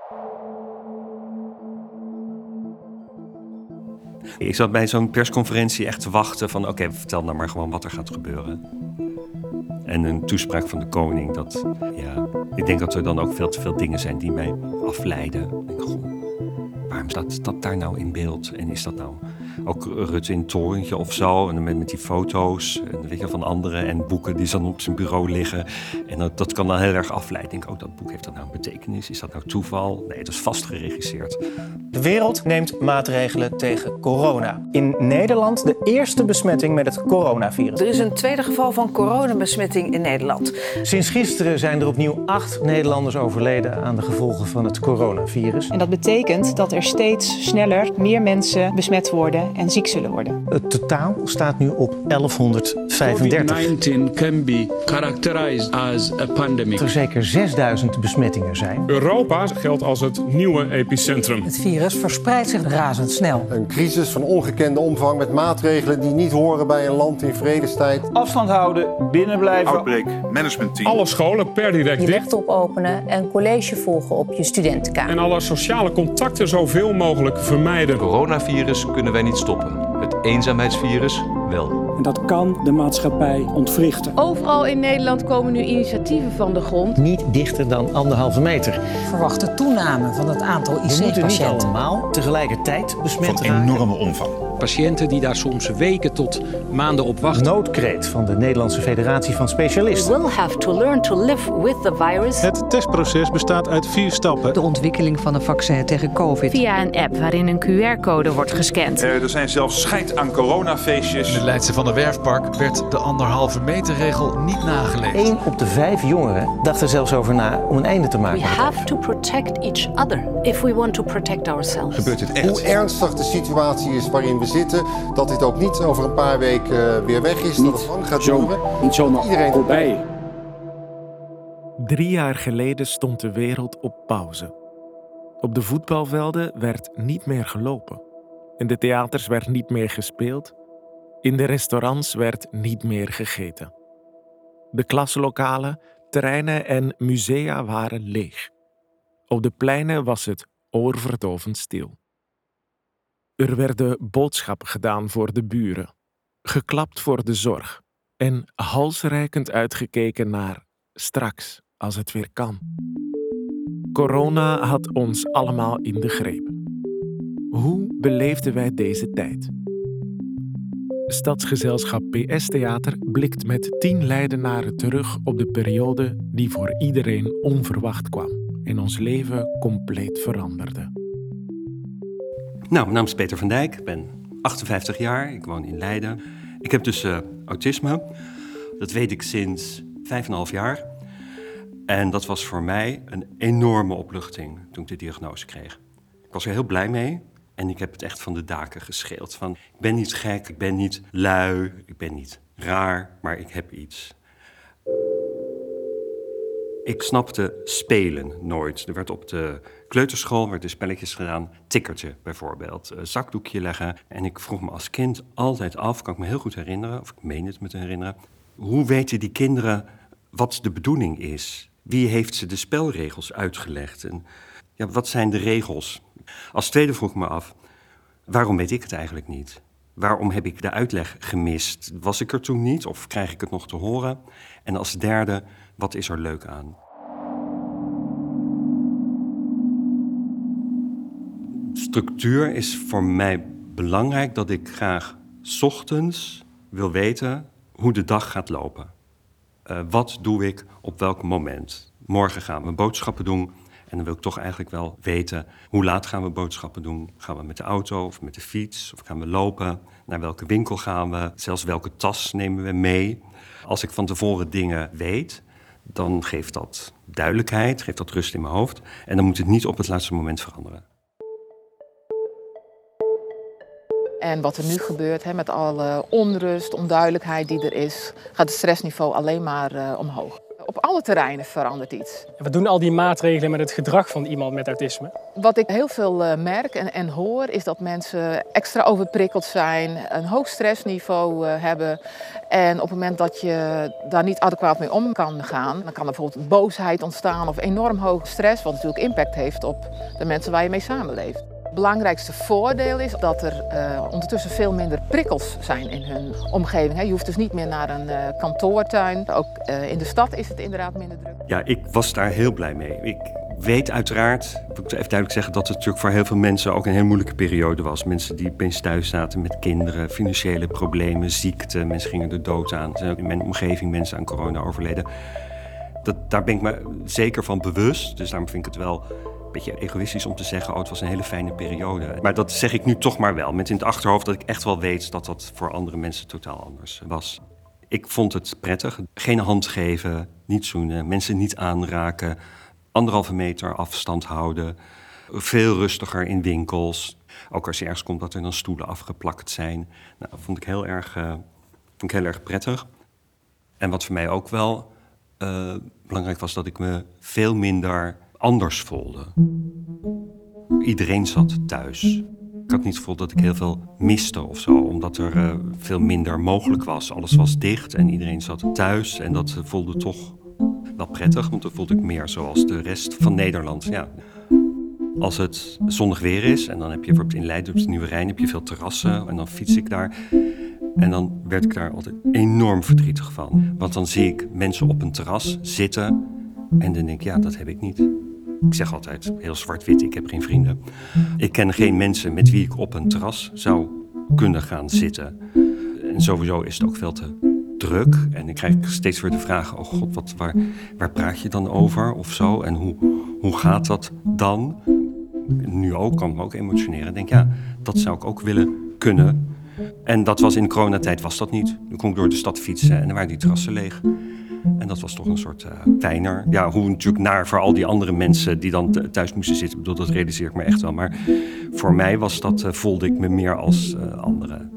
Ik zat bij zo'n persconferentie echt te wachten van oké, vertel nou maar gewoon wat er gaat gebeuren. En een toespraak van de koning, ik denk dat er dan ook veel te veel dingen zijn die mij afleiden. Ik denk, goh, waarom staat dat daar nou in beeld? En is dat nou ook Rutte in het torentje of zo? En dan met die foto's en weet je, van anderen en boeken die dan op zijn bureau liggen. En dat kan dan heel erg afleiden. Ik denk ook, dat boek, heeft dat nou een betekenis? Is dat nou toeval? Nee, het is vast geregisseerd. De wereld neemt maatregelen tegen corona. In Nederland de eerste besmetting met het coronavirus. Er is een tweede geval van coronabesmetting in Nederland. Sinds gisteren zijn er opnieuw 8 Nederlanders overleden aan de gevolgen van het coronavirus. En dat betekent dat er steeds sneller meer mensen besmet worden en ziek zullen worden. Het totaal staat nu op 1135. COVID-19 can be characterized as a pandemic. Er zeker 6000 besmettingen zijn. Europa geldt als het nieuwe epicentrum. Het virus verspreidt zich razendsnel. Een crisis van ongekende omvang met maatregelen die niet horen bij een land in vredestijd. Afstand houden, binnenblijven. Outbreak management team. Alle scholen per direct je dicht. laptop openen en college volgen op je studentenkamer. En alle sociale contacten zoveel mogelijk vermijden. Het coronavirus kunnen wij niet stoppen. Het eenzaamheidsvirus wel. En dat kan de maatschappij ontwrichten. Overal in Nederland komen nu initiatieven van de grond. Niet dichter dan 1,5 meter. Verwachte toename van het aantal IC-patiënten. We moeten niet allemaal tegelijkertijd besmet Van enorme omvang. Patiënten die daar soms weken tot maanden op wachten. Noodkreet van de Nederlandse Federatie van Specialisten. We will have to learn to live with the virus. Het testproces bestaat uit 4 stappen. De ontwikkeling van een vaccin tegen COVID. Via een app waarin een QR-code wordt gescand. Er zijn zelfs scheid aan coronafeestjes. In het Leidse Van der Werfpark werd de 1,5 meter regel niet nageleefd. 1 op de 5 jongeren dacht er zelfs over na om een einde te maken. We have to protect each other if we want to protect ourselves. Gebeurt het echt? Hoe ernstig de situatie is waarin we zitten, dat dit ook niet over een paar weken weer weg is, dat het lang gaat duren. Niet zomaar Iedereen voorbij. 3 jaar geleden stond de wereld op pauze. Op de voetbalvelden werd niet meer gelopen. In de theaters werd niet meer gespeeld. In de restaurants werd niet meer gegeten. De klaslokalen, terreinen en musea waren leeg. Op de pleinen was het oorverdovend stil. Er werden boodschappen gedaan voor de buren, geklapt voor de zorg en halsreikend uitgekeken naar straks, als het weer kan. Corona had ons allemaal in de greep. Hoe beleefden wij deze tijd? Stadsgezelschap PS Theater blikt met 10 Leidenaren terug op de periode die voor iedereen onverwacht kwam en ons leven compleet veranderde. Nou, mijn naam is Peter van Dijk, ik ben 58 jaar, ik woon in Leiden. Ik heb dus autisme, dat weet ik sinds 5,5 jaar. En dat was voor mij een enorme opluchting toen ik de diagnose kreeg. Ik was er heel blij mee en ik heb het echt van de daken geschreeuwd. Van, ik ben niet gek, ik ben niet lui, ik ben niet raar, maar ik heb iets. Ik snapte spelen nooit. Er werd op de kleuterschool werden spelletjes gedaan. Tikkertje bijvoorbeeld, zakdoekje leggen. En ik vroeg me als kind altijd af, kan ik me heel goed herinneren, of ik meen het me te herinneren, hoe weten die kinderen wat de bedoeling is? Wie heeft ze de spelregels uitgelegd? En ja, wat zijn de regels? Als tweede vroeg ik me af, waarom weet ik het eigenlijk niet? Waarom heb ik de uitleg gemist? Was ik er toen niet of krijg ik het nog te horen? En als derde, wat is er leuk aan? Structuur is voor mij belangrijk dat ik graag 's ochtends wil weten hoe de dag gaat lopen. Wat doe ik op welk moment? Morgen gaan we boodschappen doen. En dan wil ik toch eigenlijk wel weten, hoe laat gaan we boodschappen doen? Gaan we met de auto of met de fiets? Of gaan we lopen? Naar welke winkel gaan we? Zelfs welke tas nemen we mee? Als ik van tevoren dingen weet, dan geeft dat duidelijkheid, geeft dat rust in mijn hoofd. En dan moet het niet op het laatste moment veranderen. En wat er nu gebeurt, met alle onrust, onduidelijkheid die er is, gaat het stressniveau alleen maar omhoog. Op alle terreinen verandert iets. Wat doen al die maatregelen met het gedrag van iemand met autisme? Wat ik heel veel merk en hoor is dat mensen extra overprikkeld zijn, een hoog stressniveau hebben. En op het moment dat je daar niet adequaat mee om kan gaan, dan kan er bijvoorbeeld boosheid ontstaan of enorm hoge stress, wat natuurlijk impact heeft op de mensen waar je mee samenleeft. Het belangrijkste voordeel is dat er ondertussen veel minder prikkels zijn in hun omgeving. Je hoeft dus niet meer naar een kantoortuin. Ook in de stad is het inderdaad minder druk. Ja, ik was daar heel blij mee. Ik weet uiteraard, ik moet even duidelijk zeggen, dat het natuurlijk voor heel veel mensen ook een heel moeilijke periode was. Mensen die opeens thuis zaten met kinderen, financiële problemen, ziekte, mensen gingen er dood aan. Er zijn ook in mijn omgeving mensen aan corona overleden. Daar ben ik me zeker van bewust, dus daarom vind ik het wel een beetje egoïstisch om te zeggen, het was een hele fijne periode. Maar dat zeg ik nu toch maar wel, met in het achterhoofd dat ik echt wel weet dat dat voor andere mensen totaal anders was. Ik vond het prettig. Geen hand geven, niet zoenen, mensen niet aanraken, 1,5 meter afstand houden, veel rustiger in winkels. Ook als je ergens komt dat er dan stoelen afgeplakt zijn. Nou, dat vond ik heel erg prettig. En wat voor mij ook wel belangrijk was, dat ik me veel minder anders voelde. Iedereen zat thuis. Ik had niet het gevoel dat ik heel veel miste of zo, omdat er veel minder mogelijk was. Alles was dicht en iedereen zat thuis en dat voelde toch wel prettig, want dan voelde ik meer zoals de rest van Nederland. Ja. Als het zonnig weer is en dan heb je bijvoorbeeld in Leiden op het Nieuwe Rijn heb je veel terrassen en dan fiets ik daar. En dan werd ik daar altijd enorm verdrietig van. Want dan zie ik mensen op een terras zitten en dan denk ik, ja, dat heb ik niet. Ik zeg altijd, heel zwart-wit, ik heb geen vrienden. Ik ken geen mensen met wie ik op een terras zou kunnen gaan zitten. En sowieso is het ook veel te druk. En ik krijg steeds weer de vraag, oh god, waar praat je dan over of zo? En hoe gaat dat dan? Nu ook, kan me ook emotioneren. Ik denk, ja, dat zou ik ook willen kunnen. En dat was in de coronatijd was dat niet. Dan kon ik door de stad fietsen en dan waren die terrassen leeg. En dat was toch een soort fijner. Ja, hoe natuurlijk naar voor al die andere mensen die dan thuis moesten zitten. Ik bedoel, dat realiseer ik me echt wel. Maar voor mij was dat, voelde ik me meer als anderen.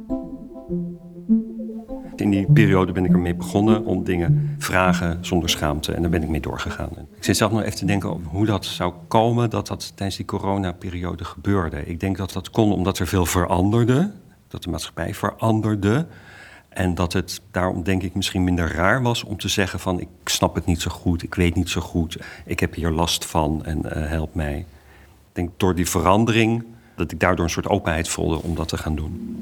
In die periode ben ik ermee begonnen om dingen vragen zonder schaamte. En daar ben ik mee doorgegaan. Ik zit zelf nog even te denken over hoe dat zou komen dat tijdens die coronaperiode gebeurde. Ik denk dat dat kon omdat er veel veranderde. Dat de maatschappij veranderde. En dat het daarom denk ik misschien minder raar was om te zeggen van ik snap het niet zo goed, ik weet niet zo goed, ik heb hier last van en help mij. Ik denk door die verandering dat ik daardoor een soort openheid voelde om dat te gaan doen.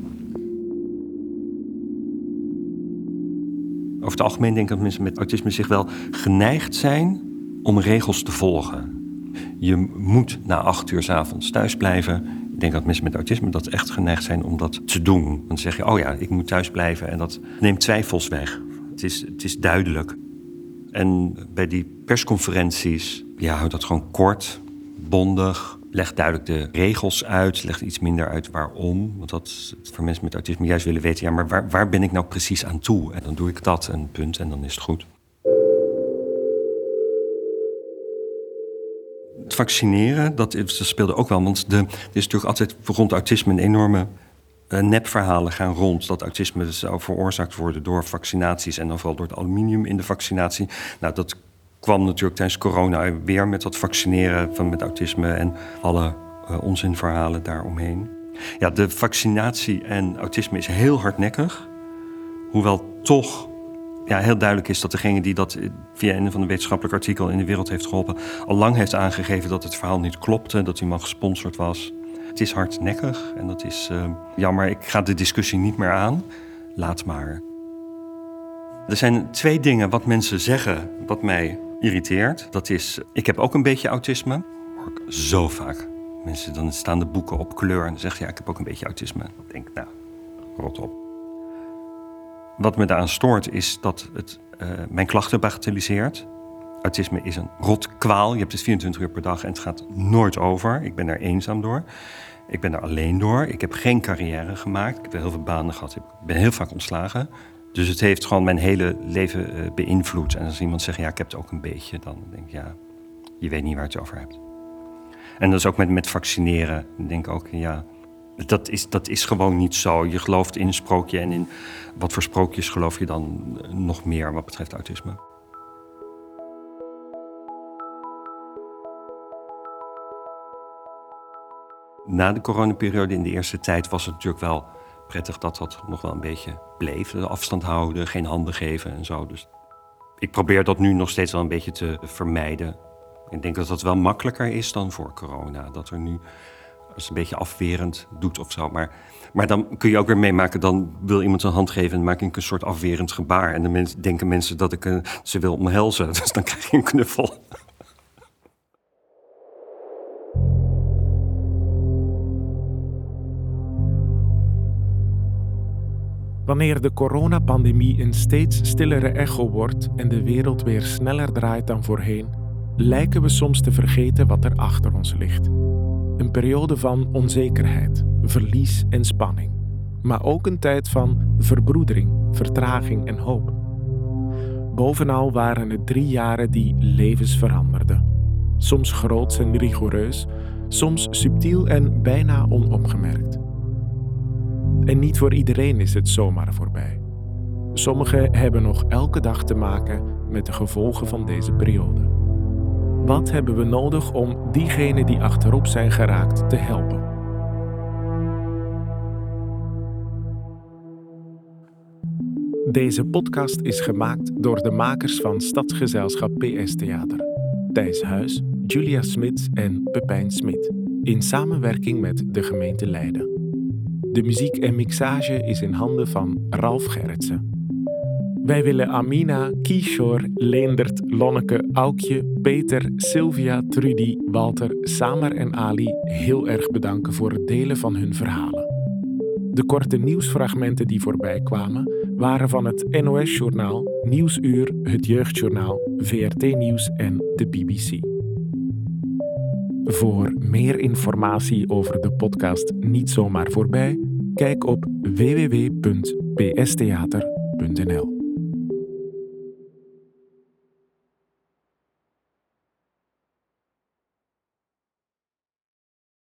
Over het algemeen denk ik dat mensen met autisme zich wel geneigd zijn om regels te volgen. Je moet na 8 uur 's avonds thuis blijven. Ik denk dat mensen met autisme dat echt geneigd zijn om dat te doen. Dan zeg je, oh ja, ik moet thuis blijven. En dat neemt twijfels weg. Het is duidelijk. En bij die persconferenties, ja, hou dat gewoon kort, bondig. Leg duidelijk de regels uit. Leg iets minder uit waarom. Want dat voor mensen met autisme juist willen weten, ja, maar waar ben ik nou precies aan toe? En dan doe ik dat, een punt, en dan is het goed. Het vaccineren, dat speelde ook wel. Want er is natuurlijk altijd rond autisme een enorme nepverhalen gaan rond. Dat autisme zou veroorzaakt worden door vaccinaties. En dan vooral door het aluminium in de vaccinatie. Nou, dat kwam natuurlijk tijdens corona weer met dat vaccineren met autisme. En alle onzinverhalen daaromheen. Ja, de vaccinatie en autisme is heel hardnekkig. Hoewel toch heel duidelijk is dat degene die dat via een van de wetenschappelijke artikelen in de wereld heeft geholpen, al lang heeft aangegeven dat het verhaal niet klopte, dat die man gesponsord was. Het is hardnekkig en dat is jammer. Ik ga de discussie niet meer aan. Laat maar. Er zijn 2 dingen wat mensen zeggen wat mij irriteert. Dat is, ik heb ook een beetje autisme. Dat hoor ik zo vaak. Mensen, dan staan de boeken op kleur en dan zeggen ja, ik heb ook een beetje autisme. Ik denk, nou, rot op. Wat me daaraan stoort is dat het mijn klachten bagatelliseert. Autisme is een rot kwaal. Je hebt het 24 uur per dag en het gaat nooit over. Ik ben er eenzaam door. Ik ben er alleen door. Ik heb geen carrière gemaakt. Ik heb heel veel banen gehad. Ik ben heel vaak ontslagen. Dus het heeft gewoon mijn hele leven beïnvloed. En als iemand zegt, ja, ik heb het ook een beetje, dan denk ik, ja, je weet niet waar je het over hebt. En dat is ook met vaccineren. Ik denk ook, ja, dat is gewoon niet zo. Je gelooft in een sprookje en in wat voor sprookjes geloof je dan nog meer wat betreft autisme. Na de coronaperiode in de eerste tijd was het natuurlijk wel prettig dat dat nog wel een beetje bleef. De afstand houden, geen handen geven en zo. Dus ik probeer dat nu nog steeds wel een beetje te vermijden. Ik denk dat dat wel makkelijker is dan voor corona. Dat er nu als een beetje afwerend doet of zo. Maar dan kun je ook weer meemaken, dan wil iemand een hand geven en maak ik een soort afwerend gebaar. En dan denken mensen dat ik ze wil omhelzen. Dus dan krijg je een knuffel. Wanneer de coronapandemie een steeds stillere echo wordt en de wereld weer sneller draait dan voorheen, lijken we soms te vergeten wat er achter ons ligt. Een periode van onzekerheid, verlies en spanning. Maar ook een tijd van verbroedering, vertraging en hoop. Bovenal waren het 3 jaren die levens veranderden. Soms groots en rigoureus, soms subtiel en bijna onopgemerkt. En niet voor iedereen is het zomaar voorbij. Sommigen hebben nog elke dag te maken met de gevolgen van deze periode. Wat hebben we nodig om diegenen die achterop zijn geraakt te helpen? Deze podcast is gemaakt door de makers van Stadsgezelschap PS Theater. Thijs Huis, Julia Smits en Pepijn Smit. In samenwerking met de gemeente Leiden. De muziek en mixage is in handen van Ralf Gerritsen. Wij willen Amina, Kishore, Leendert, Lonneke, Aukje, Peter, Sylvia, Trudy, Walter, Samer en Ali heel erg bedanken voor het delen van hun verhalen. De korte nieuwsfragmenten die voorbij kwamen waren van het NOS-journaal, Nieuwsuur, het Jeugdjournaal, VRT Nieuws en de BBC. Voor meer informatie over de podcast Niet Zomaar Voorbij, kijk op www.pstheater.nl.